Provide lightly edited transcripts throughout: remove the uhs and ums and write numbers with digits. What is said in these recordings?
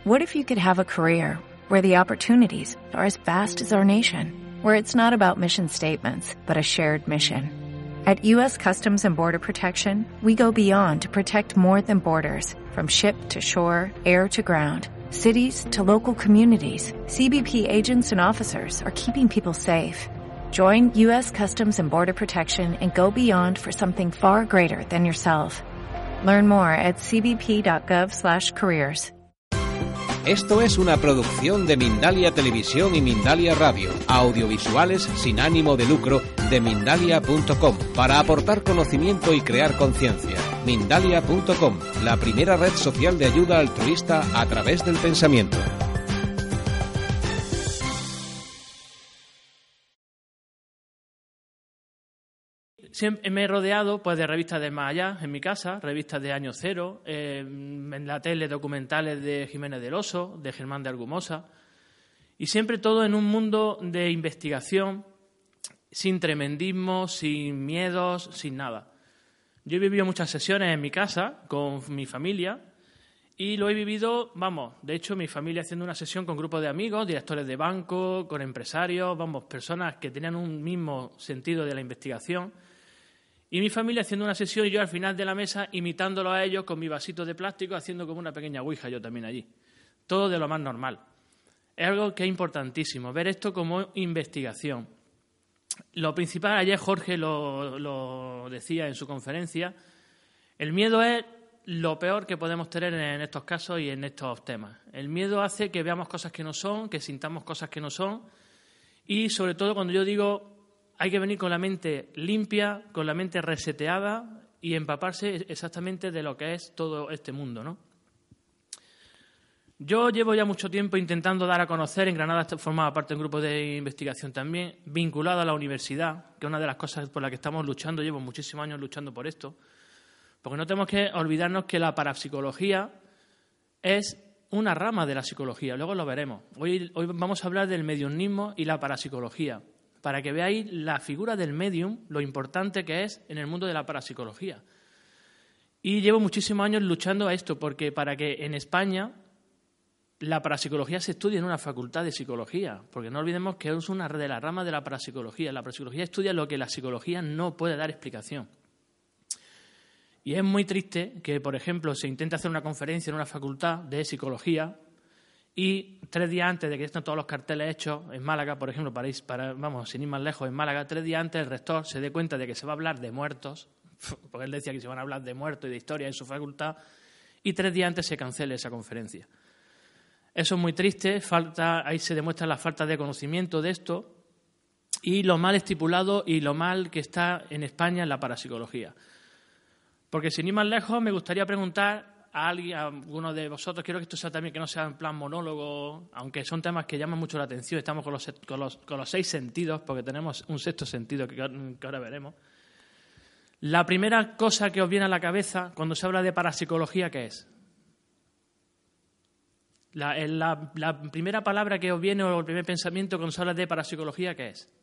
What if you could have a career where the opportunities are as vast as our nation, where it's not about mission statements, but a shared mission? At U.S. Customs and Border Protection, we go beyond to protect more than borders, from ship to shore, air to ground, cities to local communities. CBP agents and officers are keeping people safe. Join U.S. Customs and Border Protection and go beyond for something far greater than yourself. Learn more at cbp.gov/careers. Esto es una producción de Mindalia Televisión y Mindalia Radio, audiovisuales sin ánimo de lucro de Mindalia.com, para aportar conocimiento y crear conciencia. Mindalia.com, la primera red social de ayuda altruista a través del pensamiento. Siempre me he rodeado pues de revistas del más allá en mi casa, revistas de Año Cero, en la tele documentales de Jiménez del Oso, de Germán de Argumosa, y siempre todo en un mundo de investigación, sin tremendismo, sin miedos, sin nada. Yo he vivido muchas sesiones en mi casa con mi familia y lo he vivido, de hecho mi familia haciendo una sesión con grupos de amigos, directores de banco, con empresarios, personas que tenían un mismo sentido de la investigación. Y mi familia haciendo una sesión y yo al final de la mesa imitándolo a ellos con mi vasito de plástico, haciendo como una pequeña ouija yo también allí. Todo de lo más normal. Es algo que es importantísimo, ver esto como investigación. Lo principal, ayer Jorge lo decía en su conferencia, el miedo es lo peor que podemos tener en estos casos y en estos temas. El miedo hace que veamos cosas que no son, que sintamos cosas que no son y sobre todo cuando yo digo hay que venir con la mente limpia, con la mente reseteada y empaparse exactamente de lo que es todo este mundo, ¿no? Yo llevo ya mucho tiempo intentando dar a conocer, en Granada formaba parte de un grupo de investigación también, vinculado a la universidad, que es una de las cosas por las que estamos luchando, llevo muchísimos años luchando por esto, porque no tenemos que olvidarnos que la parapsicología es una rama de la psicología, luego lo veremos. Hoy vamos a hablar del mediumismo y la parapsicología, para que veáis la figura del medium, lo importante que es en el mundo de la parapsicología. Y llevo muchísimos años luchando a esto, porque para que en España la parapsicología se estudie en una facultad de psicología, porque no olvidemos que es una de las ramas de la parapsicología. La parapsicología estudia lo que la psicología no puede dar explicación. Y es muy triste que, por ejemplo, se intente hacer una conferencia en una facultad de psicología y 3 días antes de que estén todos los carteles hechos en Málaga, por ejemplo, sin ir más lejos, en Málaga, 3 días antes el rector se dé cuenta de que se va a hablar de muertos, porque él decía que se van a hablar de muertos y de historia en su facultad, y 3 días antes se cancele esa conferencia. Eso es muy triste, ahí se demuestra la falta de conocimiento de esto y lo mal estipulado y lo mal que está en España en la parapsicología. Porque sin ir más lejos me gustaría preguntar a alguno de vosotros, quiero que esto sea también, que no sea en plan monólogo, aunque son temas que llaman mucho la atención, estamos con los 6 sentidos, porque tenemos un 6º sentido que ahora veremos. La primera cosa que os viene a la cabeza cuando se habla de parapsicología, ¿qué es? La primera palabra que os viene o el primer pensamiento cuando se habla de parapsicología, ¿qué es?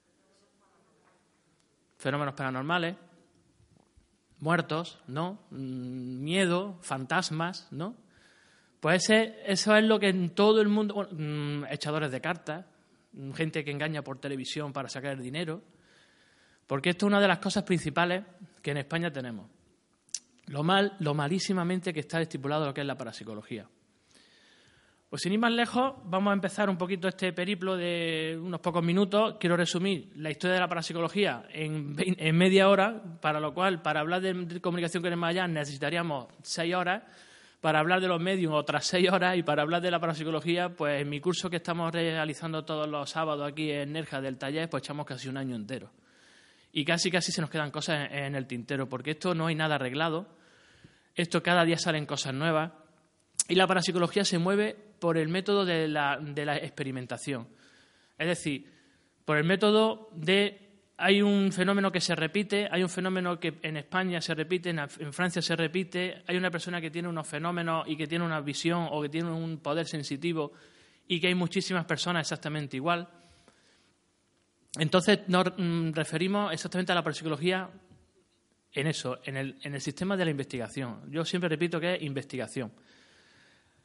Fenómenos paranormales. Muertos, ¿no? Miedo, fantasmas, ¿no? Pues eso es lo que en todo el mundo... echadores de cartas, gente que engaña por televisión para sacar el dinero, porque esto es una de las cosas principales que en España tenemos. Lo malísimamente que está estipulado lo que es la parapsicología. Pues sin ir más lejos, vamos a empezar un poquito este periplo de unos pocos minutos. Quiero resumir la historia de la parapsicología en media hora, para lo cual, para hablar de comunicación con el más allá, necesitaríamos 6 horas, para hablar de los medios otras 6 horas, y para hablar de la parapsicología, pues en mi curso que estamos realizando todos los sábados aquí en Nerja del taller, pues echamos casi un año entero. Y casi se nos quedan cosas en el tintero, porque esto no hay nada arreglado, esto cada día salen cosas nuevas, y la parapsicología se mueve por el método de la experimentación. Es decir, por el método de... Hay un fenómeno que se repite, hay un fenómeno que en España se repite, en Francia se repite, hay una persona que tiene unos fenómenos y que tiene una visión o que tiene un poder sensitivo y que hay muchísimas personas exactamente igual. Entonces nos referimos exactamente a la parapsicología en eso, en el sistema de la investigación. Yo siempre repito que es investigación.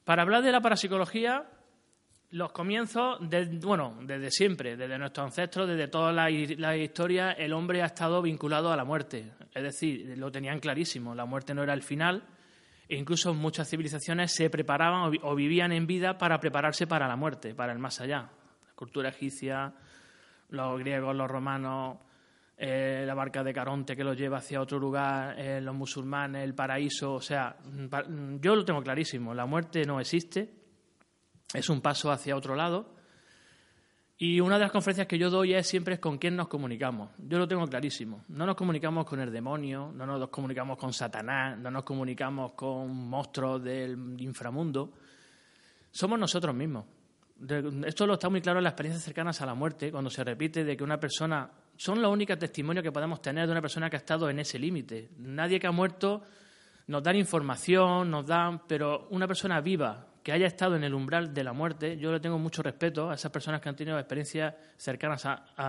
Para hablar de la parapsicología, los comienzos, desde siempre, desde nuestros ancestros, desde toda la historia, el hombre ha estado vinculado a la muerte. Es decir, lo tenían clarísimo, la muerte no era el final, e incluso muchas civilizaciones se preparaban o vivían en vida para prepararse para la muerte, para el más allá. La cultura egipcia, los griegos, los romanos, la barca de Caronte que los lleva hacia otro lugar, los musulmanes, el paraíso. O sea, yo lo tengo clarísimo, la muerte no existe, es un paso hacia otro lado. Y una de las conferencias que yo doy siempre es con quién nos comunicamos. Yo lo tengo clarísimo. No nos comunicamos con el demonio, no nos comunicamos con Satanás, no nos comunicamos con monstruos del inframundo. Somos nosotros mismos. Esto lo está muy claro en las experiencias cercanas a la muerte, cuando se repite de que una persona... Son los únicos testimonios que podemos tener de una persona que ha estado en ese límite. Nadie que ha muerto nos da información, pero una persona viva que haya estado en el umbral de la muerte, yo le tengo mucho respeto a esas personas que han tenido experiencias cercanas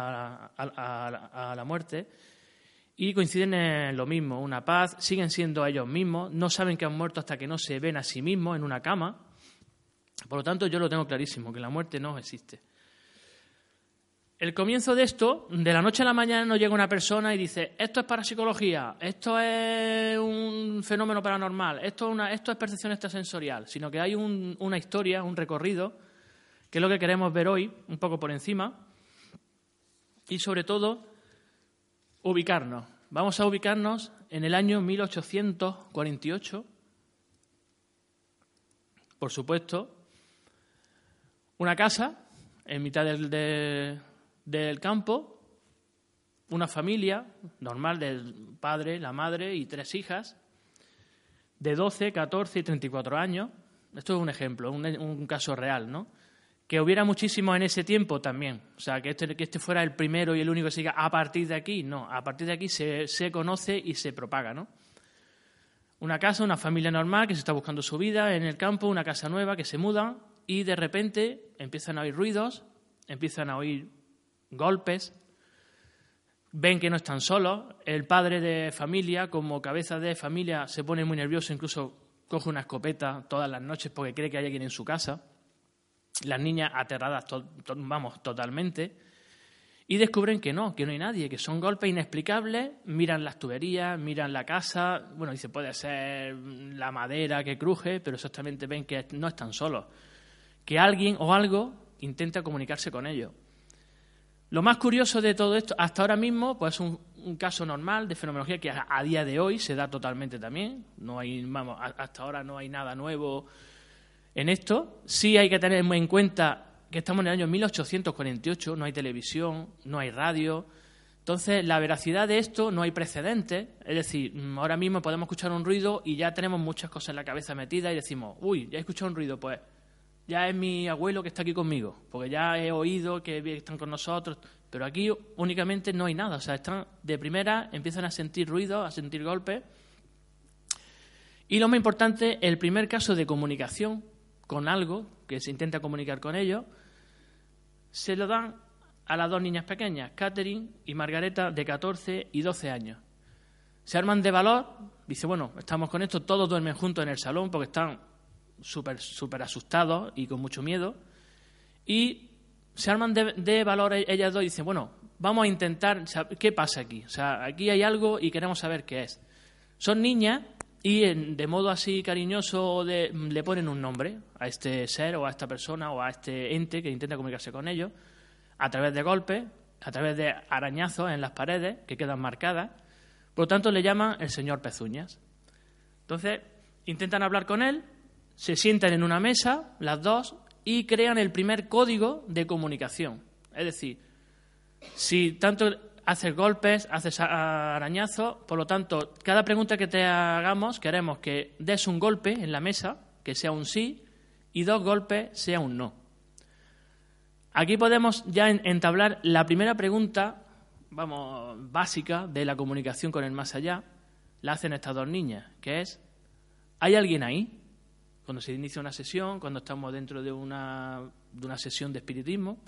a la muerte y coinciden en lo mismo, una paz, siguen siendo ellos mismos, no saben que han muerto hasta que no se ven a sí mismos en una cama. Por lo tanto, yo lo tengo clarísimo, que la muerte no existe. El comienzo de esto, de la noche a la mañana nos llega una persona y dice, esto es parapsicología, esto es un fenómeno paranormal, esto es percepción extrasensorial, sino que hay una historia, un recorrido, que es lo que queremos ver hoy, un poco por encima, y sobre todo, ubicarnos. Vamos a ubicarnos en el año 1848, por supuesto, una casa en mitad del campo, una familia normal del padre, la madre y 3 hijas, de 12, 14 y 34 años. Esto es un ejemplo, un caso real, ¿no? Que hubiera muchísimos en ese tiempo también. O sea, que este fuera el primero y el único que se diga a partir de aquí. No, a partir de aquí se conoce y se propaga, ¿no? Una casa, una familia normal que se está buscando su vida en el campo, una casa nueva que se muda y de repente empiezan a oír ruidos, empiezan a oír golpes, ven que no están solos, el padre de familia, como cabeza de familia, se pone muy nervioso, incluso coge una escopeta todas las noches porque cree que hay alguien en su casa, las niñas aterradas, totalmente, y descubren que no hay nadie, que son golpes inexplicables, miran las tuberías, miran la casa, dice, puede ser la madera que cruje, pero exactamente ven que no están solos, que alguien o algo intenta comunicarse con ellos. Lo más curioso de todo esto, hasta ahora mismo, pues es un caso normal de fenomenología que a día de hoy se da totalmente también. Hasta ahora no hay nada nuevo en esto. Sí hay que tener en cuenta que estamos en el año 1848, no hay televisión, no hay radio. Entonces, la veracidad de esto no hay precedentes. Es decir, ahora mismo podemos escuchar un ruido y ya tenemos muchas cosas en la cabeza metidas y decimos, ya he escuchado un ruido, pues ya es mi abuelo que está aquí conmigo, porque ya he oído que están con nosotros, pero aquí únicamente no hay nada. O sea, están de primera, empiezan a sentir ruidos, a sentir golpes. Y lo más importante, el primer caso de comunicación con algo, que se intenta comunicar con ellos, se lo dan a las 2 niñas pequeñas, Catherine y Margareta, de 14 y 12 años. Se arman de valor, dice, estamos con esto, todos duermen juntos en el salón porque están súper asustados y con mucho miedo, y se arman de valor ellas dos y dicen, vamos a intentar, ¿qué pasa aquí? O sea, aquí hay algo y queremos saber qué es. Son niñas y de modo así cariñoso le ponen un nombre a este ser o a esta persona o a este ente que intenta comunicarse con ellos a través de golpes, a través de arañazos en las paredes que quedan marcadas. Por lo tanto, le llaman el señor Pezuñas. Entonces, intentan hablar con él, se sientan en una mesa, las dos, y crean el primer código de comunicación. Es decir, si tanto haces golpes, haces arañazos, por lo tanto, cada pregunta que te hagamos, queremos que des un golpe en la mesa, que sea un sí, y 2 golpes sea un no. Aquí podemos ya entablar la primera pregunta, básica de la comunicación con el más allá, la hacen estas 2 niñas, que es, ¿hay alguien ahí? Cuando se inicia una sesión, cuando estamos dentro de una sesión de espiritismo,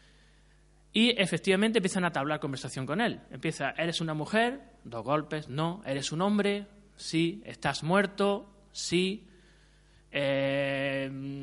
y efectivamente empiezan a entablar conversación con él. Empieza, ¿eres una mujer? 2 golpes, no. ¿Eres un hombre? Sí. ¿Estás muerto? Sí.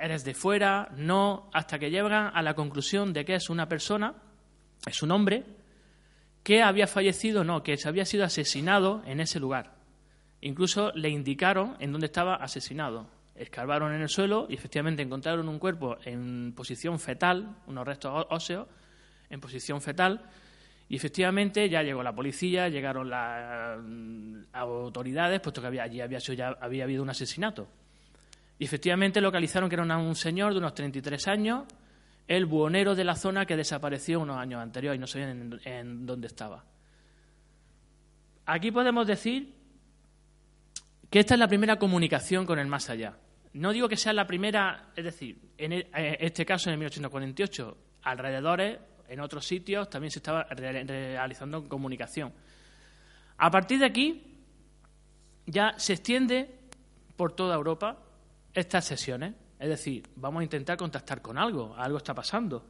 eres de fuera, no, hasta que llegan a la conclusión de que es una persona, es un hombre, que había fallecido, no, que se había sido asesinado en ese lugar. Incluso le indicaron en dónde estaba asesinado. Escarbaron en el suelo y efectivamente encontraron un cuerpo en posición fetal, unos restos óseos en posición fetal, y efectivamente ya llegó la policía, llegaron las autoridades, puesto que allí había habido un asesinato. Y efectivamente localizaron que era un señor de unos 33 años, el buhonero de la zona que desapareció unos años anteriores y no sabían en dónde estaba. Aquí podemos decir que esta es la primera comunicación con el más allá. No digo que sea la primera, es decir, en este caso en el 1848, alrededores, en otros sitios, también se estaba realizando comunicación. A partir de aquí, ya se extiende por toda Europa estas sesiones. Es decir, vamos a intentar contactar con algo está pasando.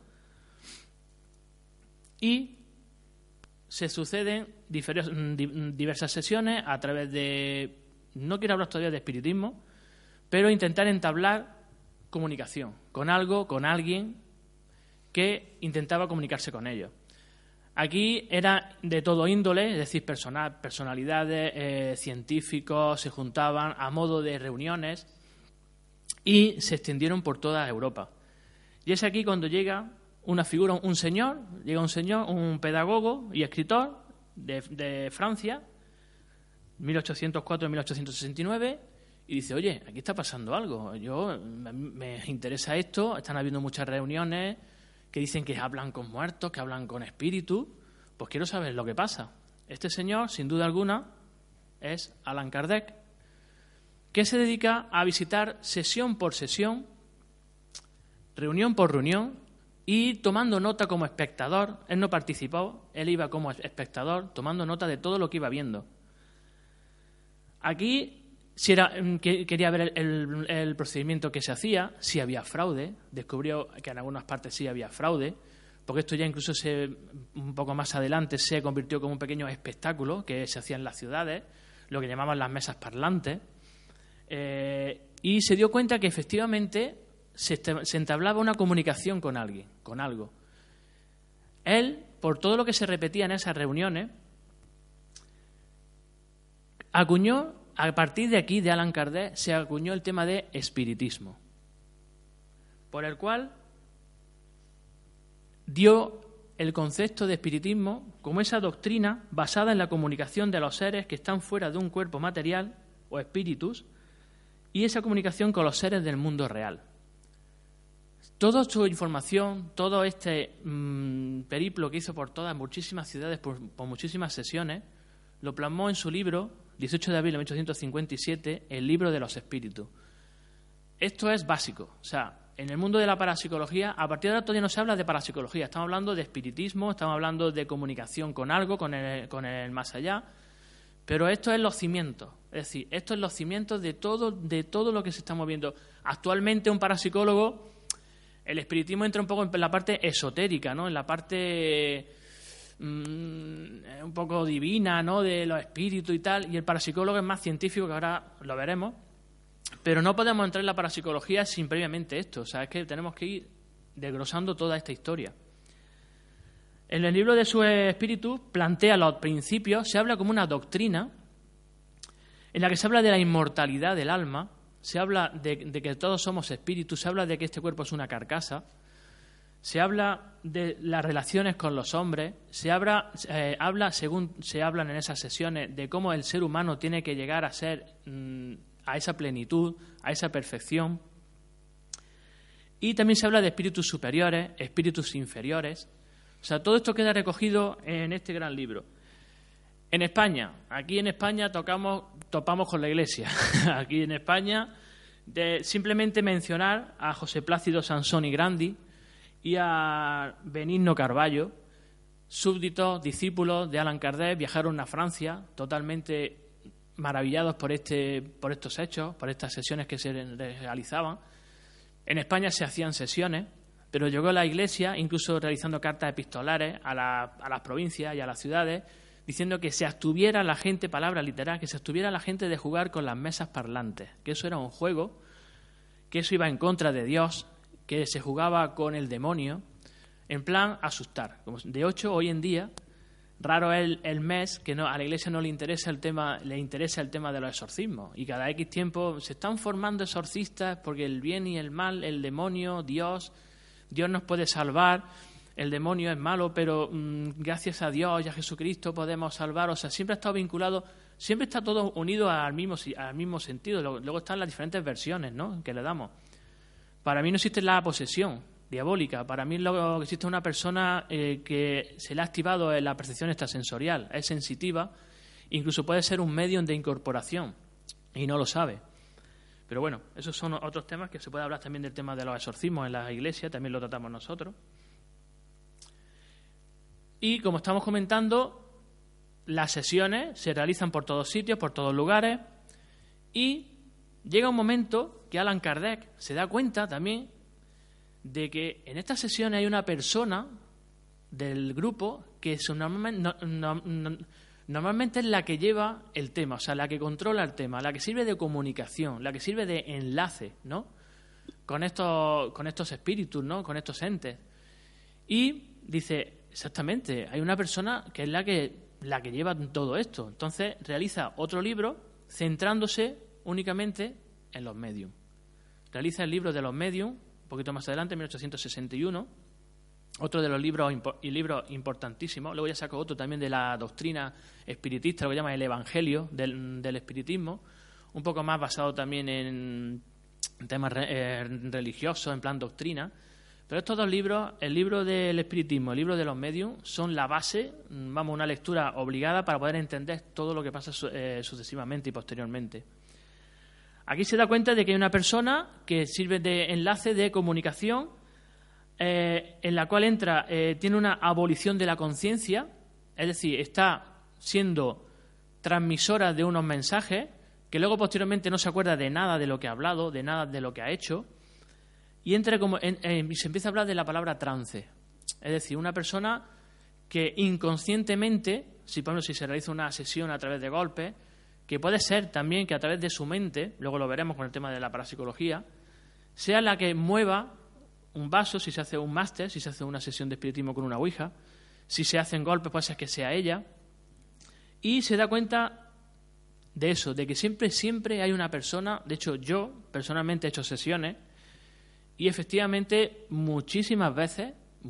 Y se suceden diversas sesiones a través de, no quiero hablar todavía de espiritismo, pero intentar entablar comunicación con algo, con alguien que intentaba comunicarse con ellos. Aquí era de todo índole, es decir, personalidades, científicos se juntaban a modo de reuniones y se extendieron por toda Europa. Y es aquí cuando llega una figura, un pedagogo y escritor de Francia, 1804-1869, y dice, oye, aquí está pasando algo, me interesa esto, están habiendo muchas reuniones que dicen que hablan con muertos, que hablan con espíritus, pues quiero saber lo que pasa. Este señor, sin duda alguna, es Allan Kardec, que se dedica a visitar sesión por sesión, reunión por reunión, y tomando nota como espectador. Él no participó, él iba como espectador, tomando nota de todo lo que iba viendo. Aquí quería ver el procedimiento que se hacía, si había fraude, descubrió que en algunas partes sí había fraude, porque esto ya incluso un poco más adelante se convirtió como un pequeño espectáculo que se hacía en las ciudades, lo que llamaban las mesas parlantes, y se dio cuenta que efectivamente se entablaba una comunicación con alguien, con algo. Él, por todo lo que se repetía en esas reuniones, acuñó, a partir de aquí, de Allan Kardec, se acuñó el tema de espiritismo, por el cual dio el concepto de espiritismo como esa doctrina basada en la comunicación de los seres que están fuera de un cuerpo material o espíritus y esa comunicación con los seres del mundo real. Toda su información, todo este periplo que hizo por muchísimas ciudades, por muchísimas sesiones, lo plasmó en su libro, 18 de abril de 1857, El libro de los espíritus. Esto es básico. O sea, en el mundo de la parapsicología, a partir de ahora todavía no se habla de parapsicología. Estamos hablando de espiritismo, estamos hablando de comunicación con algo, con el más allá. Pero esto es los cimientos. Es decir, esto es los cimientos de todo lo que se está moviendo. Actualmente un parapsicólogo, el espiritismo entra un poco en la parte esotérica, ¿no? En la parte un poco divina, ¿no? De los espíritus y tal, y el parapsicólogo es más científico, que ahora lo veremos, pero no podemos entrar en la parapsicología sin previamente esto. O sea, es que tenemos que ir desglosando toda esta historia. En el libro de sus espíritus plantea los principios, se habla como una doctrina en la que se habla de la inmortalidad del alma, se habla de que todos somos espíritus, se habla de que este cuerpo es una carcasa, se habla de las relaciones con los hombres, se habla, según se hablan en esas sesiones, de cómo el ser humano tiene que llegar a ser, a esa plenitud, a esa perfección. Y también se habla de espíritus superiores, espíritus inferiores. O sea, todo esto queda recogido en este gran libro. En España, aquí en España topamos con la Iglesia. Aquí en España, simplemente mencionar a José Plácido Sansón y Grandi y a Benigno Carballo, súbditos, discípulos de Allan Kardec, viajaron a Francia totalmente maravillados por estos hechos, por estas sesiones que se realizaban. En España se hacían sesiones, pero llegó la Iglesia, incluso realizando cartas epistolares a las provincias y a las ciudades, diciendo que se abstuviera la gente, palabra literal, que se abstuviera la gente de jugar con las mesas parlantes, que eso era un juego que eso iba en contra de Dios, que se jugaba con el demonio, en plan asustar. Como de 8 hoy en día, raro es el mes que no, a la Iglesia no le interesa el tema de los exorcismos. Y cada X tiempo se están formando exorcistas porque el bien y el mal, el demonio, Dios nos puede salvar, el demonio es malo, pero gracias a Dios y a Jesucristo podemos salvar. O sea, siempre ha estado vinculado, siempre está todo unido al mismo sentido. Luego están las diferentes versiones, ¿no?, que le damos. Para mí no existe la posesión diabólica. Para mí lo que existe es una persona que se le ha activado la percepción extrasensorial, es sensitiva, incluso puede ser un medium de incorporación y no lo sabe. Pero bueno, esos son otros temas que se puede hablar también del tema de los exorcismos en las iglesias, también lo tratamos nosotros. Y como estamos comentando, las sesiones se realizan por todos sitios, por todos lugares, y llega un momento que Allan Kardec se da cuenta también de que en estas sesiones hay una persona del grupo que normalmente es la que lleva el tema, o sea, la que controla el tema, la que sirve de comunicación, la que sirve de enlace, ¿no?, con estos espíritus, ¿no?, con estos entes. Y dice, exactamente, hay una persona que es la que lleva todo esto. Entonces realiza otro libro centrándose únicamente en los medium. Realiza el libro de los medium, un poquito más adelante, en 1861, otro de los libros importantísimos. Luego ya sacó otro también de la doctrina espiritista, lo que llama el Evangelio del espiritismo, un poco más basado también en temas religiosos, en plan doctrina. Pero estos dos libros, el libro del espiritismo, el libro de los medium, son la base, una lectura obligada para poder entender todo lo que pasa sucesivamente y posteriormente. Aquí se da cuenta de que hay una persona que sirve de enlace de comunicación, en la cual tiene una abolición de la conciencia, es decir, está siendo transmisora de unos mensajes que luego posteriormente no se acuerda de nada de lo que ha hablado, de nada de lo que ha hecho, y se empieza a hablar de la palabra trance. Es decir, una persona que inconscientemente, si se realiza una sesión a través de golpes, que puede ser también que a través de su mente, luego lo veremos con el tema de la parapsicología, sea la que mueva un vaso, si se hace un máster, si se hace una sesión de espiritismo con una ouija, si se hacen golpes, puede ser que sea ella, y se da cuenta de eso, de que siempre hay una persona. De hecho, yo personalmente he hecho sesiones y efectivamente muchísimas veces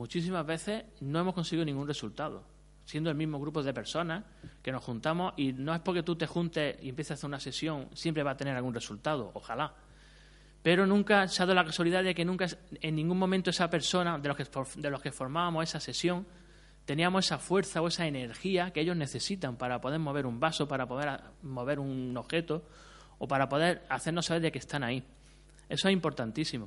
no hemos conseguido ningún resultado, siendo el mismo grupo de personas que nos juntamos, y no es porque tú te juntes y empieces a hacer una sesión siempre va a tener algún resultado, ojalá. Pero nunca se ha dado la casualidad de que nunca, en ningún momento, esa persona de los que formábamos esa sesión, teníamos esa fuerza o esa energía que ellos necesitan para poder mover un vaso, para poder mover un objeto o para poder hacernos saber de que están ahí. Eso es importantísimo.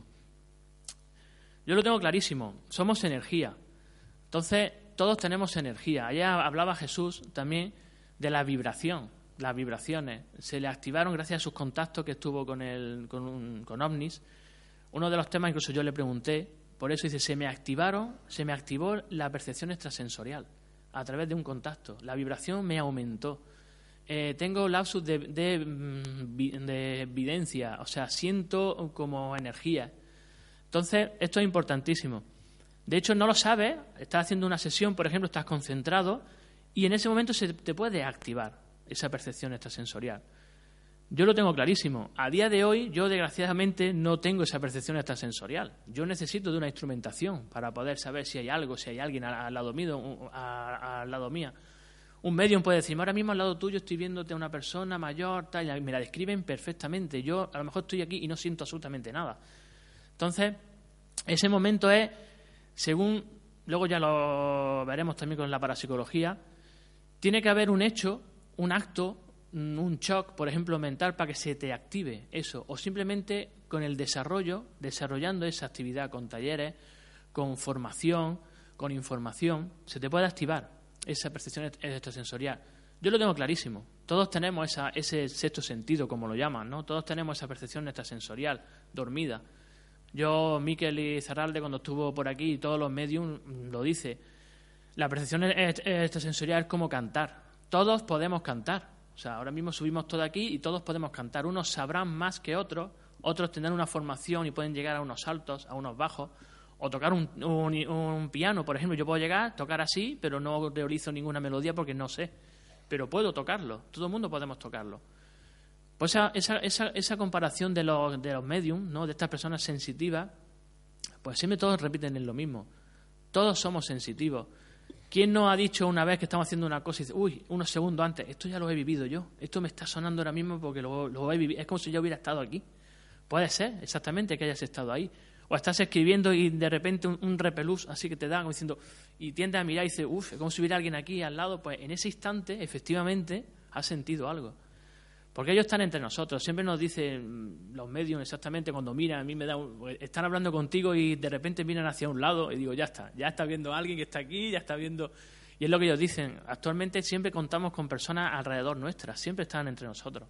Yo lo tengo clarísimo, somos energía. Entonces, todos tenemos energía. Allá hablaba Jesús también de la vibración, las vibraciones. Se le activaron gracias a sus contactos que estuvo con ovnis. Uno de los temas, incluso yo le pregunté, por eso dice, se me activó la percepción extrasensorial a través de un contacto. La vibración me aumentó. Tengo lapsus de evidencia, o sea, siento como energía. Entonces, esto es importantísimo. De hecho, no lo sabes, estás haciendo una sesión, por ejemplo, estás concentrado y en ese momento se te puede activar esa percepción extrasensorial. Yo lo tengo clarísimo. A día de hoy, yo desgraciadamente no tengo esa percepción extrasensorial. Yo necesito de una instrumentación para poder saber si hay algo, si hay alguien al lado mío, al lado mía. Un medium puede decirme, ahora mismo al lado tuyo estoy viéndote a una persona mayor, tal, y me la describen perfectamente. Yo a lo mejor estoy aquí y no siento absolutamente nada. Entonces, ese momento es, según, luego ya lo veremos también con la parapsicología, tiene que haber un hecho, un acto, un shock, por ejemplo, mental, para que se te active eso, o simplemente con el desarrollando esa actividad con talleres, con formación, con información, se te puede activar esa percepción extrasensorial. Yo lo tengo clarísimo. Todos tenemos ese sexto sentido, como lo llaman, ¿no? Todos tenemos esa percepción extrasensorial dormida. Yo, Miquel Izarralde, cuando estuvo por aquí, y todos los mediums lo dice, la percepción extrasensorial es como cantar. Todos podemos cantar. O sea, ahora mismo subimos todo aquí y todos podemos cantar. Unos sabrán más que otros, otros tendrán una formación y pueden llegar a unos altos, a unos bajos, o tocar un piano, por ejemplo. Yo puedo llegar, tocar así, pero no realizo ninguna melodía porque no sé. Pero puedo tocarlo, todo el mundo podemos tocarlo. Pues esa comparación de los mediums, ¿no?, de estas personas sensitivas, pues siempre todos repiten lo mismo. Todos somos sensitivos. ¿Quién nos ha dicho una vez que estamos haciendo una cosa y dice, uy, unos segundos antes, esto ya lo he vivido yo, esto me está sonando ahora mismo porque lo he vivido, es como si yo hubiera estado aquí? Puede ser, exactamente, que hayas estado ahí. O estás escribiendo y de repente un repelús así que te da, como diciendo, y tiendes a mirar y dices, uff, es como si hubiera alguien aquí al lado. Pues en ese instante, efectivamente, has sentido algo. Porque ellos están entre nosotros. Siempre nos dicen los medios exactamente cuando miran, a mí me da están hablando contigo y de repente miran hacia un lado y digo, ya está viendo a alguien que está aquí, ya está viendo. Y es lo que ellos dicen. Actualmente siempre contamos con personas alrededor nuestras, siempre están entre nosotros.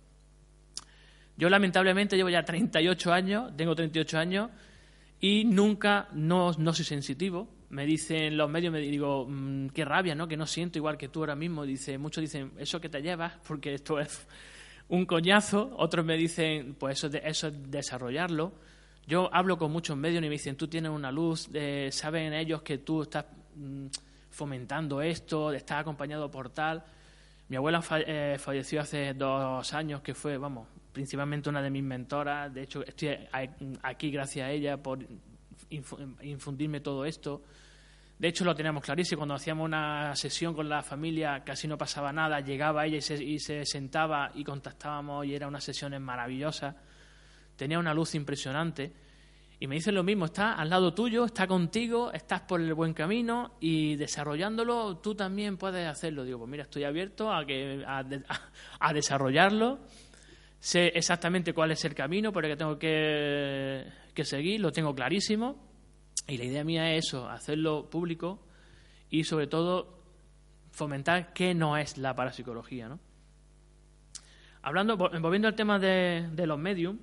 Yo lamentablemente llevo ya 38 años, tengo 38 años y nunca no soy sensitivo. Me dicen los medios, me digo, qué rabia, ¿no?, que no siento igual que tú ahora mismo. Muchos dicen, eso que te llevas, porque esto es un coñazo. Otros me dicen, pues eso es desarrollarlo. Yo hablo con muchos medios y me dicen, tú tienes una luz, saben ellos que tú estás fomentando esto, estás acompañado por tal. Mi abuela falleció hace 2 años, que fue, principalmente una de mis mentoras. De hecho, estoy aquí gracias a ella por infundirme todo esto. De hecho, lo teníamos clarísimo. Cuando hacíamos una sesión con la familia, casi no pasaba nada. Llegaba ella y se sentaba y contactábamos y eran unas sesiones maravillosas. Tenía una luz impresionante. Y me dicen lo mismo, está al lado tuyo, está contigo, estás por el buen camino y desarrollándolo tú también puedes hacerlo. Digo, pues mira, estoy abierto a desarrollarlo. Sé exactamente cuál es el camino por el que tengo que seguir, lo tengo clarísimo. Y la idea mía es eso, hacerlo público y sobre todo fomentar qué no es la parapsicología, ¿no? Volviendo al tema de los mediums,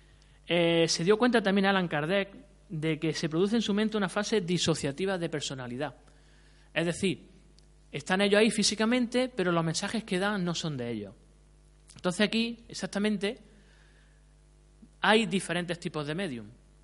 se dio cuenta también Allan Kardec de que se produce en su mente una fase disociativa de personalidad. Es decir, están ellos ahí físicamente, pero los mensajes que dan no son de ellos. Entonces aquí, exactamente, hay diferentes tipos de medium.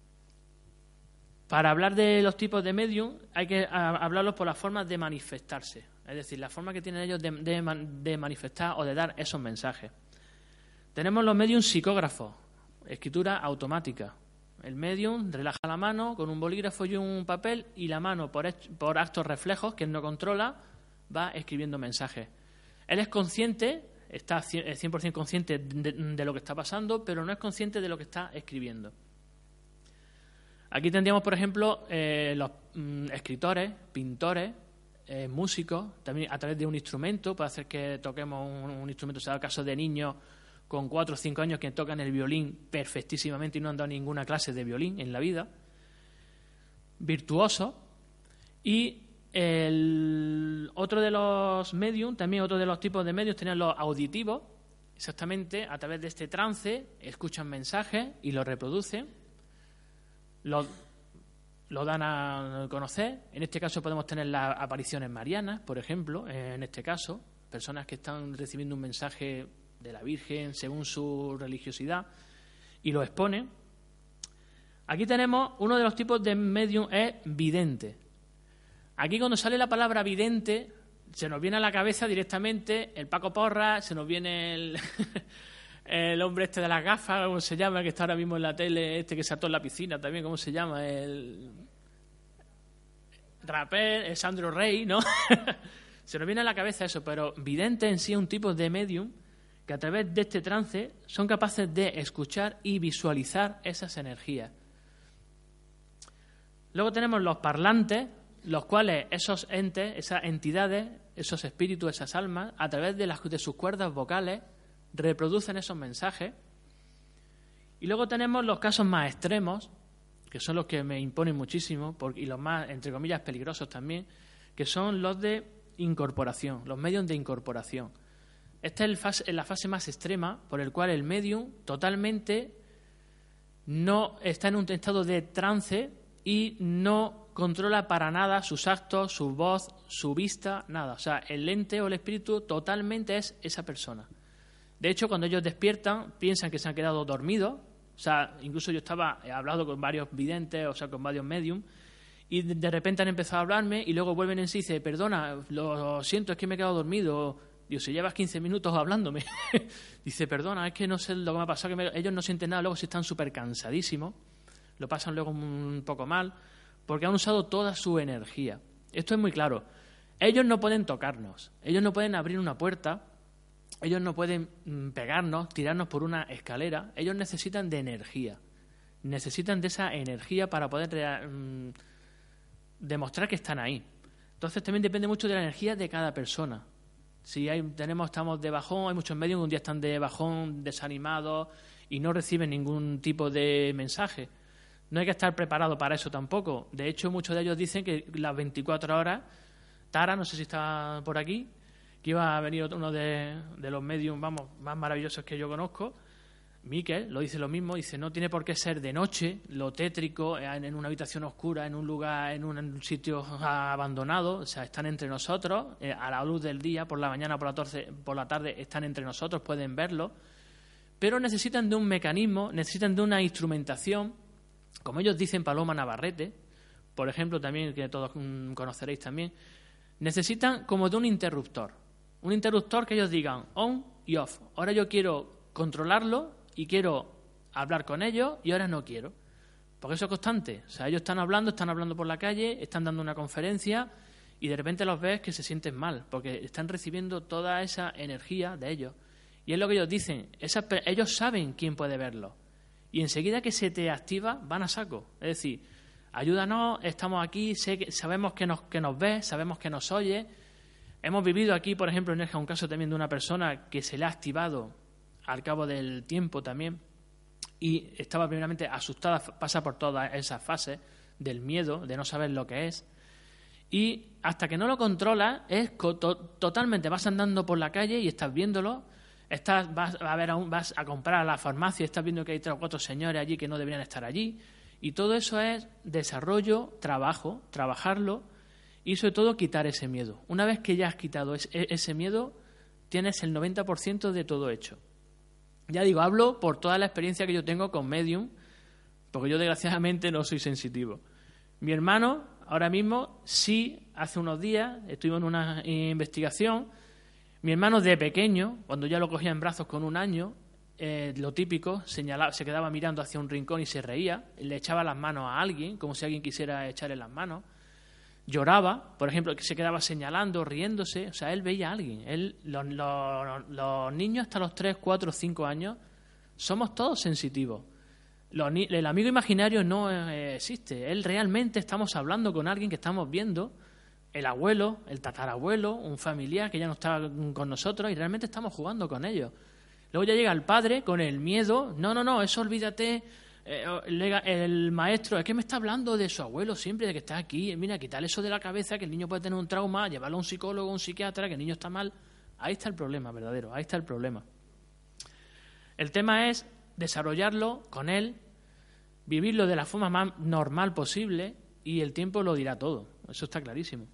Para hablar de los tipos de medium hay que hablarlos por las formas de manifestarse. Es decir, la forma que tienen ellos de manifestar o de dar esos mensajes. Tenemos los mediums psicógrafos, escritura automática. El medium relaja la mano con un bolígrafo y un papel y la mano, por actos reflejos que él no controla, va escribiendo mensajes. Él es consciente, está 100% consciente de lo que está pasando, pero no es consciente de lo que está escribiendo. Aquí tendríamos, por ejemplo, los escritores, pintores, músicos, también a través de un instrumento, puede hacer que toquemos un instrumento. Se da el caso de niños con 4 o 5 años que tocan el violín perfectísimamente y no han dado ninguna clase de violín en la vida. Virtuosos. Y otro de los medium, también otro de los tipos de medios, tenían los auditivos. Exactamente, a través de este trance, escuchan mensajes y los reproducen. Lo dan a conocer. En este caso podemos tener las apariciones marianas, por ejemplo, en este caso, personas que están recibiendo un mensaje de la Virgen según su religiosidad y lo exponen. Aquí tenemos uno de los tipos de medium, es vidente. Aquí cuando sale la palabra vidente se nos viene a la cabeza directamente el Paco Porras, se nos viene el hombre este de las gafas, ¿cómo se llama? Que está ahora mismo en la tele, que saltó en la piscina también, ¿cómo se llama? El rapper, el Sandro Rey, ¿no? Se nos viene a la cabeza eso, pero vidente en sí es un tipo de medium que a través de este trance son capaces de escuchar y visualizar esas energías. Luego tenemos los parlantes, los cuales esos entes, esas entidades, esos espíritus, esas almas, a través de sus cuerdas vocales, reproducen esos mensajes. Y luego tenemos los casos más extremos, que son los que me imponen muchísimo, y los más, entre comillas, peligrosos también, que son los de incorporación, los medios de incorporación. Esta es la fase más extrema, por el cual el medium totalmente no está en un estado de trance y no controla para nada sus actos, su voz, su vista, nada. O sea, el ente o el espíritu totalmente es esa persona. De hecho, cuando ellos despiertan, piensan que se han quedado dormidos, O sea, incluso yo he hablado con varios videntes, o sea, con varios medium, y de repente han empezado a hablarme y luego vuelven en sí y dicen, perdona, lo siento, es que me he quedado dormido. Digo, si llevas 15 minutos hablándome. Dice, perdona, es que no sé lo que me ha pasado, ellos no sienten nada, luego si están súper cansadísimos, lo pasan luego un poco mal, porque han usado toda su energía. Esto es muy claro. Ellos no pueden tocarnos, ellos no pueden abrir una puerta, ellos no pueden pegarnos, tirarnos por una escalera, ellos necesitan de energía. Necesitan de esa energía para poder demostrar que están ahí. Entonces también depende mucho de la energía de cada persona. Si estamos de bajón, hay muchos medios que un día están de bajón, desanimados y no reciben ningún tipo de mensaje. No hay que estar preparado para eso tampoco. De hecho, muchos de ellos dicen que las 24 horas, Tara, no sé si está por aquí, que iba a venir uno de los medios, vamos, más maravillosos que yo conozco, Miquel, lo dice lo mismo, dice, no tiene por qué ser de noche, lo tétrico, en una habitación oscura, en un lugar, en un sitio abandonado, o sea, están entre nosotros, a la luz del día, por la mañana, por la tarde, están entre nosotros, pueden verlo, pero necesitan de un mecanismo, necesitan de una instrumentación, como ellos dicen Paloma Navarrete, por ejemplo, también, que todos conoceréis también, necesitan como de un interruptor que ellos digan on y off. Ahora yo quiero controlarlo y quiero hablar con ellos y ahora no quiero. Porque eso es constante. O sea, ellos están hablando por la calle, están dando una conferencia y de repente los ves que se sienten mal porque están recibiendo toda esa energía de ellos. Y es lo que ellos dicen. Ellos saben quién puede verlo. Y enseguida que se te activa, van a saco. Es decir, ayúdanos, estamos aquí, sabemos que nos ves, sabemos que nos oye. Hemos vivido aquí, por ejemplo, en Nerja, un caso también de una persona que se le ha activado al cabo del tiempo también y estaba primeramente asustada, pasa por todas esas fases del miedo, de no saber lo que es, y hasta que no lo controlas totalmente, vas andando por la calle y estás viéndolo, vas a comprar a la farmacia, estás viendo que hay 3 o 4 señores allí que no deberían estar allí, y todo eso es desarrollo, trabajarlo y sobre todo quitar ese miedo. Una vez que ya has quitado ese miedo, tienes el 90% de todo hecho. Ya digo, hablo por toda la experiencia que yo tengo con Medium, porque yo desgraciadamente no soy sensitivo. Mi hermano, ahora mismo, sí, hace unos días, estuvimos en una investigación, mi hermano de pequeño, cuando ya lo cogía en brazos con 1 año, lo típico, se quedaba mirando hacia un rincón y se reía, le echaba las manos a alguien, como si alguien quisiera echarle las manos, lloraba, por ejemplo, que se quedaba señalando, riéndose, o sea, él veía a alguien. Los niños hasta los 3, 4, 5 años somos todos sensitivos. El amigo imaginario no existe. Él realmente estamos hablando con alguien que estamos viendo, el abuelo, el tatarabuelo, un familiar que ya no está con nosotros y realmente estamos jugando con ellos. Luego ya llega el padre con el miedo, no, eso olvídate. El maestro, es que me está hablando de su abuelo siempre, de que está aquí, mira, quitarle eso de la cabeza, que el niño puede tener un trauma, llevarlo a un psicólogo, a un psiquiatra, que el niño está mal. Ahí está el problema verdadero, ahí está el problema. El tema es desarrollarlo con él, vivirlo de la forma más normal posible y el tiempo lo dirá todo, eso está clarísimo.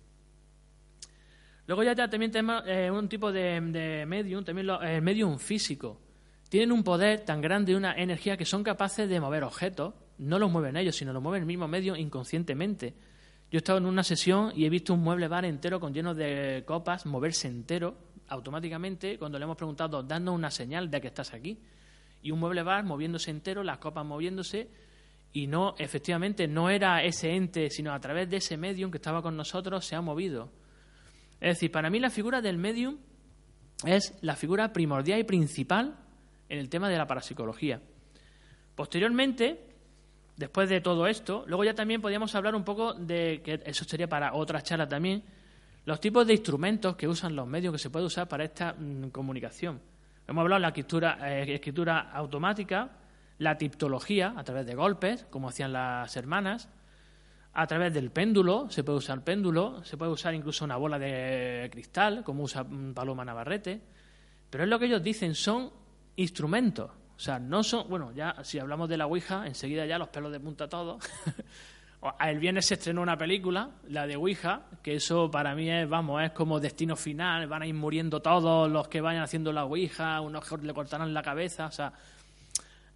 Luego ya también tenemos un tipo de medium, también el medium físico. Tienen un poder tan grande y una energía que son capaces de mover objetos. No los mueven ellos, sino los mueve el mismo medio inconscientemente. Yo he estado en una sesión y he visto un mueble bar entero lleno de copas moverse entero automáticamente cuando le hemos preguntado, dando una señal de que estás aquí. Y un mueble bar moviéndose entero, las copas moviéndose, y no, efectivamente, no era ese ente, sino a través de ese medium que estaba con nosotros se ha movido. Es decir, para mí la figura del medium es la figura primordial y principal en el tema de la parapsicología. Posteriormente, después de todo esto, luego ya también podríamos hablar un poco de, que eso sería para otra charla también, los tipos de instrumentos que usan los medios, que se puede usar para esta comunicación. Hemos hablado de la escritura automática, la tiptología, a través de golpes, como hacían las hermanas, a través del péndulo, se puede usar péndulo, se puede usar incluso una bola de cristal, como usa Paloma Navarrete, pero es lo que ellos dicen, son instrumentos, o sea, no son, bueno, ya si hablamos de la Ouija, enseguida ya los pelos de punta todos. El viernes se estrenó una película, la de Ouija, que eso para mí es como destino final, van a ir muriendo todos los que vayan haciendo la Ouija, unos le cortarán la cabeza, o sea,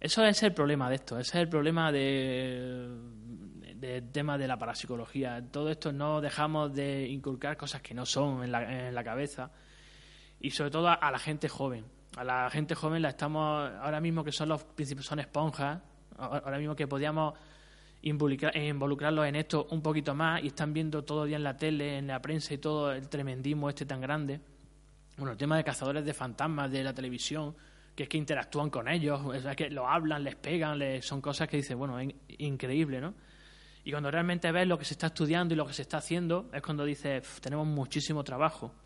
Eso es el problema de esto, ese es el problema del tema de la parapsicología. Todo esto no dejamos de inculcar cosas que no son en la cabeza, y sobre todo a la gente joven. A la gente joven la estamos, ahora mismo que son son esponjas, ahora mismo que podíamos involucrarlos en esto un poquito más, y están viendo todo el día en la tele, en la prensa y todo el tremendismo tan grande. Bueno, el tema de cazadores de fantasmas de la televisión, que es que interactúan con ellos, es que lo hablan, les pegan, son cosas que dices, bueno, es increíble, ¿no? Y cuando realmente ves lo que se está estudiando y lo que se está haciendo, es cuando dices, tenemos muchísimo trabajo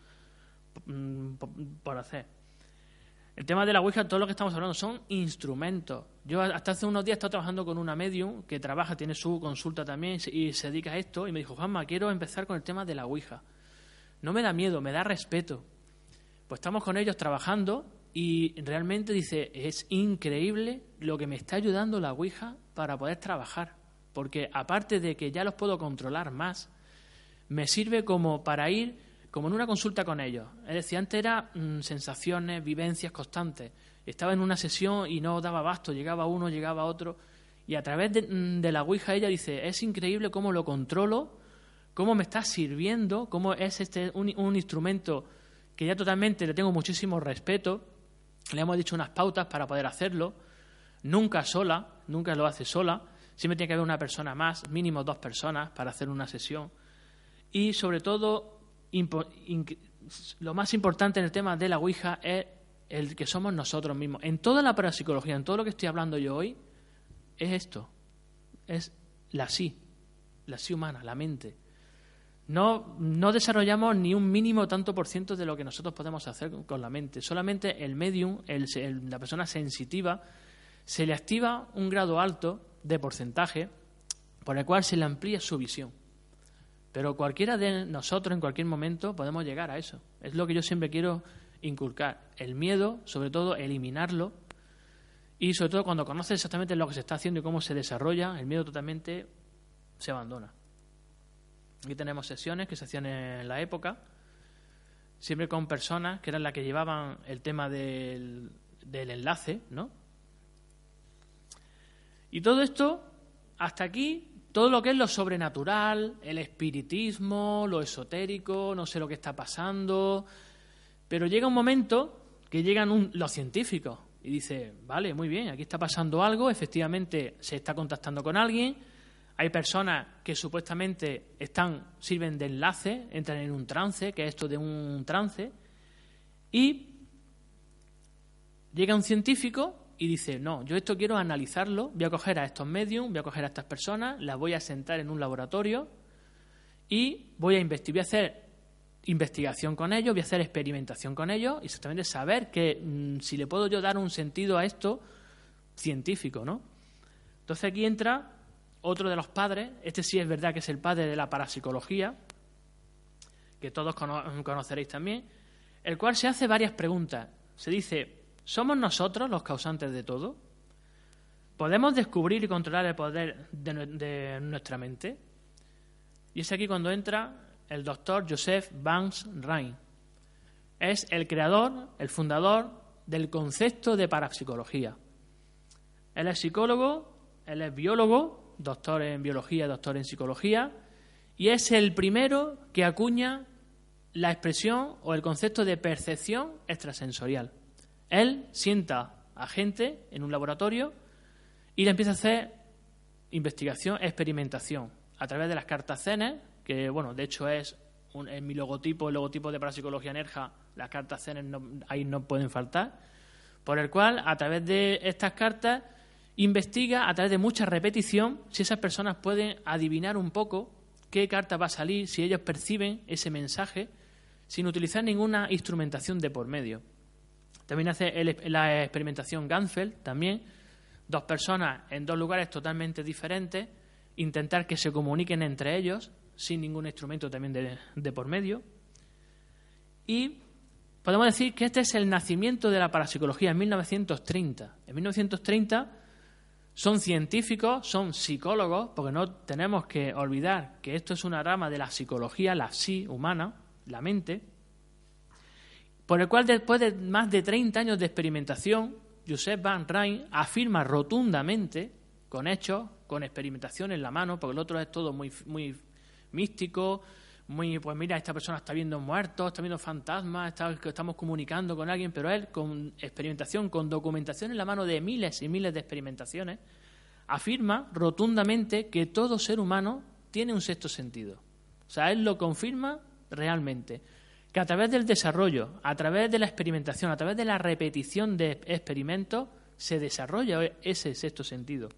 por hacer. El tema de la Ouija, todo lo que estamos hablando son instrumentos. Yo hasta hace unos días he estado trabajando con una medium que trabaja, tiene su consulta también y se dedica a esto, y me dijo, Juanma, quiero empezar con el tema de la Ouija. No me da miedo, me da respeto. Pues estamos con ellos trabajando y realmente dice, es increíble lo que me está ayudando la Ouija para poder trabajar, porque aparte de que ya los puedo controlar más, me sirve como para ir como en una consulta con ellos. Es decir, antes era sensaciones, vivencias constantes. Estaba en una sesión y no daba abasto, llegaba uno, llegaba otro, y a través de la Ouija ella dice, es increíble cómo lo controlo, cómo me está sirviendo, cómo es un instrumento que ya totalmente le tengo muchísimo respeto. Le hemos dicho unas pautas para poder hacerlo, nunca sola, nunca lo hace sola, siempre tiene que haber una persona más, mínimo 2 personas para hacer una sesión. Y sobre todo, lo más importante en el tema de la Ouija es el que somos nosotros mismos. En toda la parapsicología, en todo lo que estoy hablando yo hoy, es esto, es la sí humana, la mente. No desarrollamos ni un mínimo tanto por ciento de lo que nosotros podemos hacer con la mente. Solamente el medium, la persona sensitiva, se le activa un grado alto de porcentaje por el cual se le amplía su visión. Pero cualquiera de nosotros en cualquier momento podemos llegar a eso. Es lo que yo siempre quiero inculcar. El miedo, sobre todo, eliminarlo. Y sobre todo cuando conoces exactamente lo que se está haciendo y cómo se desarrolla, el miedo totalmente se abandona. Aquí tenemos sesiones que se hacían en la época, siempre con personas que eran las que llevaban el tema del enlace, ¿no? Y todo esto, hasta aquí, todo lo que es lo sobrenatural, el espiritismo, lo esotérico, no sé lo que está pasando, pero llega un momento que llegan los científicos y dice, vale, muy bien, aquí está pasando algo, efectivamente se está contactando con alguien, hay personas que supuestamente sirven de enlace, entran en un trance, que es esto de un trance, y llega un científico y dice, no, yo esto quiero analizarlo, voy a coger a estos mediums, voy a coger a estas personas, las voy a sentar en un laboratorio y voy a hacer investigación con ellos, voy a hacer experimentación con ellos y exactamente saber que si le puedo yo dar un sentido a esto científico, ¿no? Entonces aquí entra otro de los padres, este sí es verdad que es el padre de la parapsicología, que todos conoceréis también, el cual se hace varias preguntas. Se dice, ¿somos nosotros los causantes de todo? ¿Podemos descubrir y controlar el poder de nuestra mente? Y es aquí cuando entra el doctor Joseph Banks Rhine. Es el creador, el fundador del concepto de parapsicología. Él es psicólogo, él es biólogo, doctor en biología, doctor en psicología, y es el primero que acuña la expresión o el concepto de percepción extrasensorial. Él sienta a gente en un laboratorio y le empieza a hacer investigación, experimentación, a través de las cartas Zener, que, bueno, de hecho es en mi logotipo, el logotipo de Parapsicología Nerja, las cartas Zener ahí no pueden faltar, por el cual, a través de estas cartas, investiga a través de mucha repetición si esas personas pueden adivinar un poco qué carta va a salir, si ellos perciben ese mensaje, sin utilizar ninguna instrumentación de por medio. También hace la experimentación Ganfeld, también, 2 personas en 2 lugares totalmente diferentes, intentar que se comuniquen entre ellos, sin ningún instrumento también de por medio. Y podemos decir que este es el nacimiento de la parapsicología en 1930. En 1930 son científicos, son psicólogos, porque no tenemos que olvidar que esto es una rama de la psicología, la psi humana, la mente, por el cual después de más de 30 años de experimentación, Josep van Rijn afirma rotundamente, con hechos, con experimentación en la mano, porque el otro es todo muy, muy místico, muy, pues mira, esta persona está viendo muertos, está viendo fantasmas, estamos comunicando con alguien, pero él, con experimentación, con documentación en la mano de miles y miles de experimentaciones, afirma rotundamente que todo ser humano tiene un sexto sentido. O sea, él lo confirma realmente, que a través del desarrollo, a través de la experimentación, a través de la repetición de experimentos, se desarrolla ese sexto sentido.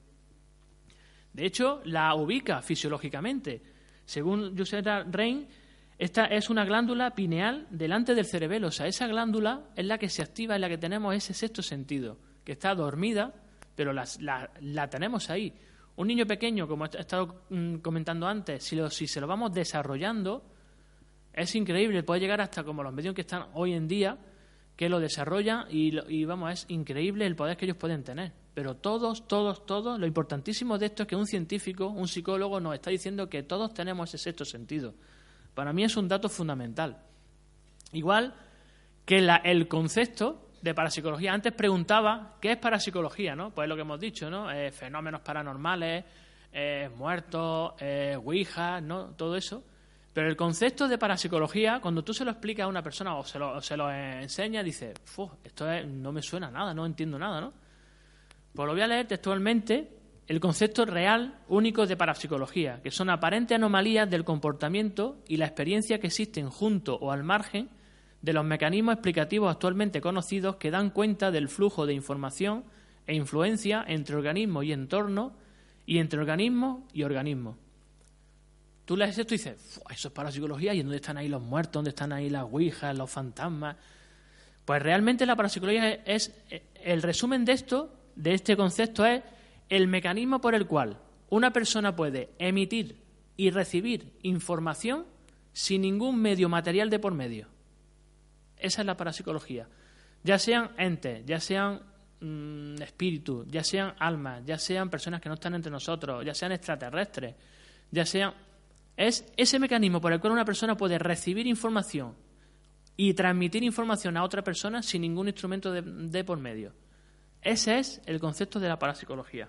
De hecho, la ubica fisiológicamente. Según Josep Rein, esta es una glándula pineal delante del cerebelo. O sea, esa glándula es la que se activa, es la que tenemos ese sexto sentido, que está dormida, pero la tenemos ahí. Un niño pequeño, como he estado comentando antes, si se lo vamos desarrollando, es increíble. Puede llegar hasta como los medios que están hoy en día, que lo desarrollan y vamos, es increíble el poder que ellos pueden tener. Pero todos, lo importantísimo de esto es que un científico, un psicólogo nos está diciendo que todos tenemos ese sexto sentido. Para mí es un dato fundamental. Igual que el concepto de parapsicología. Antes preguntaba, ¿qué es parapsicología? ¿No? Pues es lo que hemos dicho, ¿no? Fenómenos paranormales, muertos, ouija, ¿no? Todo eso. Pero el concepto de parapsicología, cuando tú se lo explicas a una persona o se lo enseñas, dice, esto no me suena a nada, no entiendo nada, ¿no? Pues lo voy a leer textualmente, el concepto real único de parapsicología, que son aparentes anomalías del comportamiento y la experiencia que existen junto o al margen de los mecanismos explicativos actualmente conocidos que dan cuenta del flujo de información e influencia entre organismo y entorno y entre organismo y organismo. Tú lees esto y dices, eso es parapsicología, ¿y dónde están ahí los muertos? ¿Dónde están ahí las ouijas, los fantasmas? Pues realmente la parapsicología es el resumen de esto, de este concepto, es el mecanismo por el cual una persona puede emitir y recibir información sin ningún medio material de por medio. Esa es la parapsicología. Ya sean entes, ya sean espíritus, ya sean almas, ya sean personas que no están entre nosotros, ya sean extraterrestres, ya sean... Es ese mecanismo por el cual una persona puede recibir información y transmitir información a otra persona sin ningún instrumento de por medio. Ese es el concepto de la parapsicología.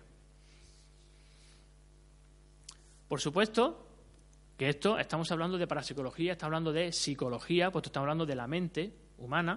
Por supuesto que estamos hablando de parapsicología, estamos hablando de psicología, pues estamos hablando de la mente humana,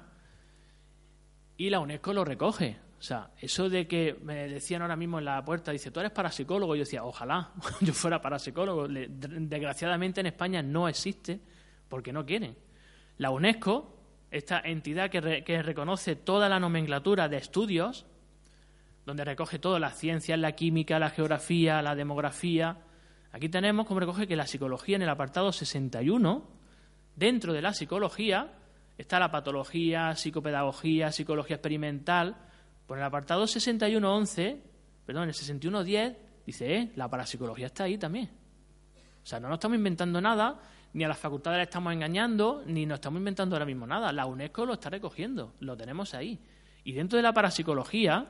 y la UNESCO lo recoge. O sea, eso de que me decían ahora mismo en la puerta, dice, ¿tú eres parapsicólogo? Y yo decía, ojalá yo fuera parapsicólogo. Desgraciadamente en España no existe porque no quieren. La UNESCO, esta entidad que reconoce toda la nomenclatura de estudios, donde recoge todo, las ciencias, la química, la geografía, la demografía. Aquí tenemos como recoge que la psicología en el apartado 61, dentro de la psicología, está la patología, psicopedagogía, psicología experimental. Por el apartado 61.11, perdón, en el 61.10, dice, la parapsicología está ahí también. O sea, no nos estamos inventando nada, ni a las facultades le estamos engañando, ni nos estamos inventando ahora mismo nada. La UNESCO lo está recogiendo, lo tenemos ahí. Y dentro de la parapsicología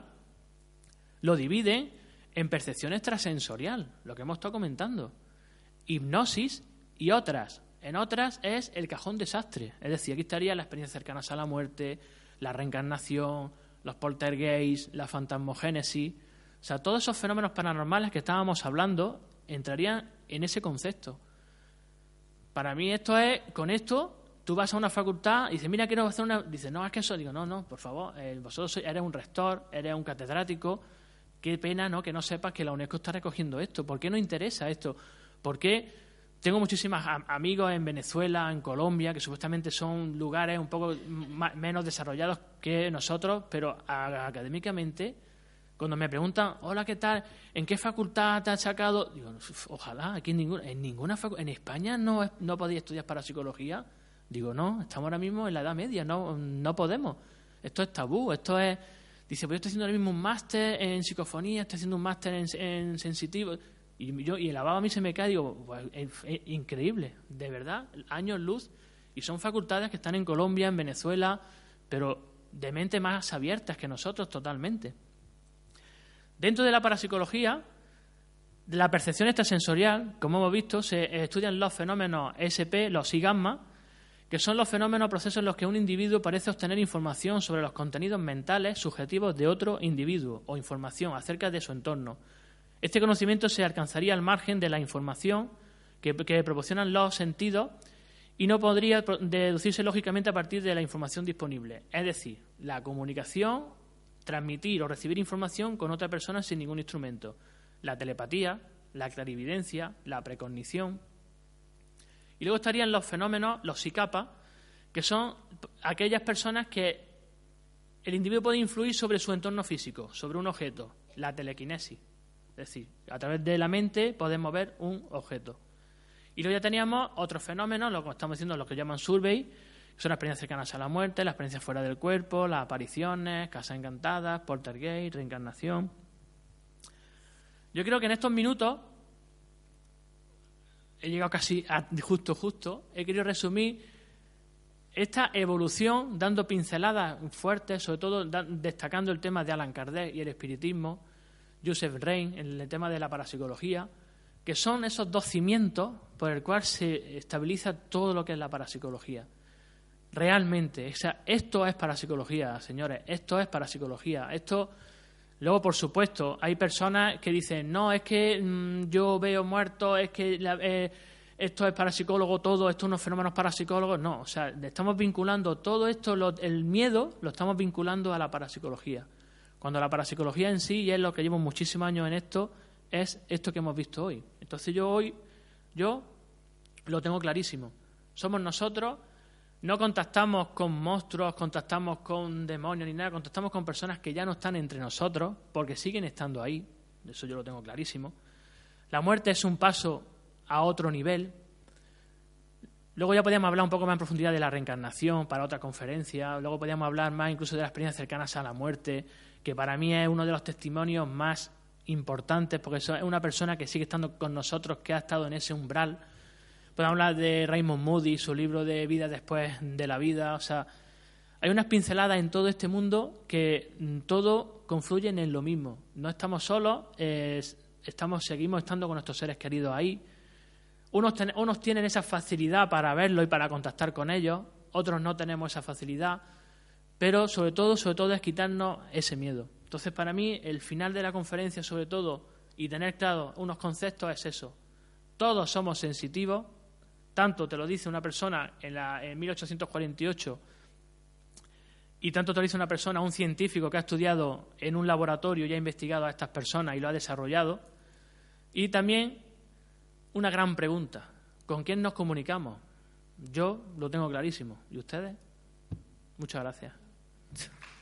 lo divide en percepción extrasensorial, lo que hemos estado comentando, hipnosis y otras. En otras es el cajón desastre. Es decir, aquí estarían las experiencias cercanas a la muerte, la reencarnación, los poltergeists, la fantasmogénesis. O sea, todos esos fenómenos paranormales que estábamos hablando entrarían en ese concepto. Para mí con esto, tú vas a una facultad y dices, mira, quiero hacer una... Dices, no, es que eso... Digo, no, por favor, vosotros eres un rector, eres un catedrático. Qué pena, ¿no?, que no sepas que la UNESCO está recogiendo esto. ¿Por qué no interesa esto? ¿Por qué...? Tengo muchísimos amigos en Venezuela, en Colombia, que supuestamente son lugares un poco menos desarrollados que nosotros, pero académicamente, cuando me preguntan, hola, ¿qué tal? ¿En qué facultad te has sacado? Digo, ojalá, aquí en ninguna facultad. ¿En España no podéis estudiar parapsicología? Digo, no, estamos ahora mismo en la Edad Media, no podemos. Esto es tabú, esto es... Dice, pues yo estoy haciendo ahora mismo un máster en psicofonía, estoy haciendo un máster en sensitivo... Y el lavabo a mí se me cae, digo, pues, es increíble, de verdad, años luz. Y son facultades que están en Colombia, en Venezuela, pero de mente más abiertas que nosotros totalmente. Dentro de la parapsicología, de la percepción extrasensorial, como hemos visto, se estudian los fenómenos SP, los I gamma, que son los fenómenos o procesos en los que un individuo parece obtener información sobre los contenidos mentales subjetivos de otro individuo o información acerca de su entorno. Este conocimiento se alcanzaría al margen de la información que proporcionan los sentidos y no podría deducirse lógicamente a partir de la información disponible. Es decir, la comunicación, transmitir o recibir información con otra persona sin ningún instrumento. La telepatía, la clarividencia, la precognición. Y luego estarían los fenómenos, los psicapas, que son aquellas personas que el individuo puede influir sobre su entorno físico, sobre un objeto, la telequinesis. Es decir, a través de la mente podemos ver un objeto. Y luego ya teníamos otros fenómenos, lo que estamos diciendo, lo que llaman survey, que son las experiencias cercanas a la muerte, las experiencias fuera del cuerpo, las apariciones, casas encantadas, poltergeist, reencarnación. Yo creo que en estos minutos he llegado casi a justo, he querido resumir esta evolución dando pinceladas fuertes, sobre todo destacando el tema de Allan Kardec y el espiritismo, Joseph Rein, en el tema de la parapsicología, que son esos dos cimientos por el cual se estabiliza todo lo que es la parapsicología. Realmente, o sea, esto es parapsicología, señores, esto es parapsicología. Luego, por supuesto, hay personas que dicen, no, es que yo veo muertos, es que esto es parapsicólogo todo, esto son unos fenómenos parapsicólogos. No, o sea, estamos vinculando todo esto, el miedo, lo estamos vinculando a la parapsicología. Cuando la parapsicología en sí, y es lo que llevo muchísimos años en esto, es esto que hemos visto hoy. Entonces yo lo tengo clarísimo. Somos nosotros, no contactamos con monstruos, contactamos con demonios ni nada, contactamos con personas que ya no están entre nosotros porque siguen estando ahí. Eso yo lo tengo clarísimo. La muerte es un paso a otro nivel. Luego ya podíamos hablar un poco más en profundidad de la reencarnación para otra conferencia. Luego podíamos hablar más incluso de las experiencias cercanas a la muerte, que para mí es uno de los testimonios más importantes, porque es una persona que sigue estando con nosotros, que ha estado en ese umbral. Podemos hablar de Raymond Moody, su libro de Vida después de la vida. O sea, hay unas pinceladas en todo este mundo que todo confluye en lo mismo. No estamos solos, seguimos estando con nuestros seres queridos ahí. Unos tienen esa facilidad para verlo y para contactar con ellos, otros no tenemos esa facilidad, pero sobre todo es quitarnos ese miedo. Entonces, para mí, el final de la conferencia, sobre todo, y tener claro unos conceptos, es eso. Todos somos sensitivos, tanto te lo dice una persona en 1848 y tanto te lo dice una persona, un científico que ha estudiado en un laboratorio y ha investigado a estas personas y lo ha desarrollado. Y también una gran pregunta, ¿con quién nos comunicamos? Yo lo tengo clarísimo. ¿Y ustedes? Muchas gracias.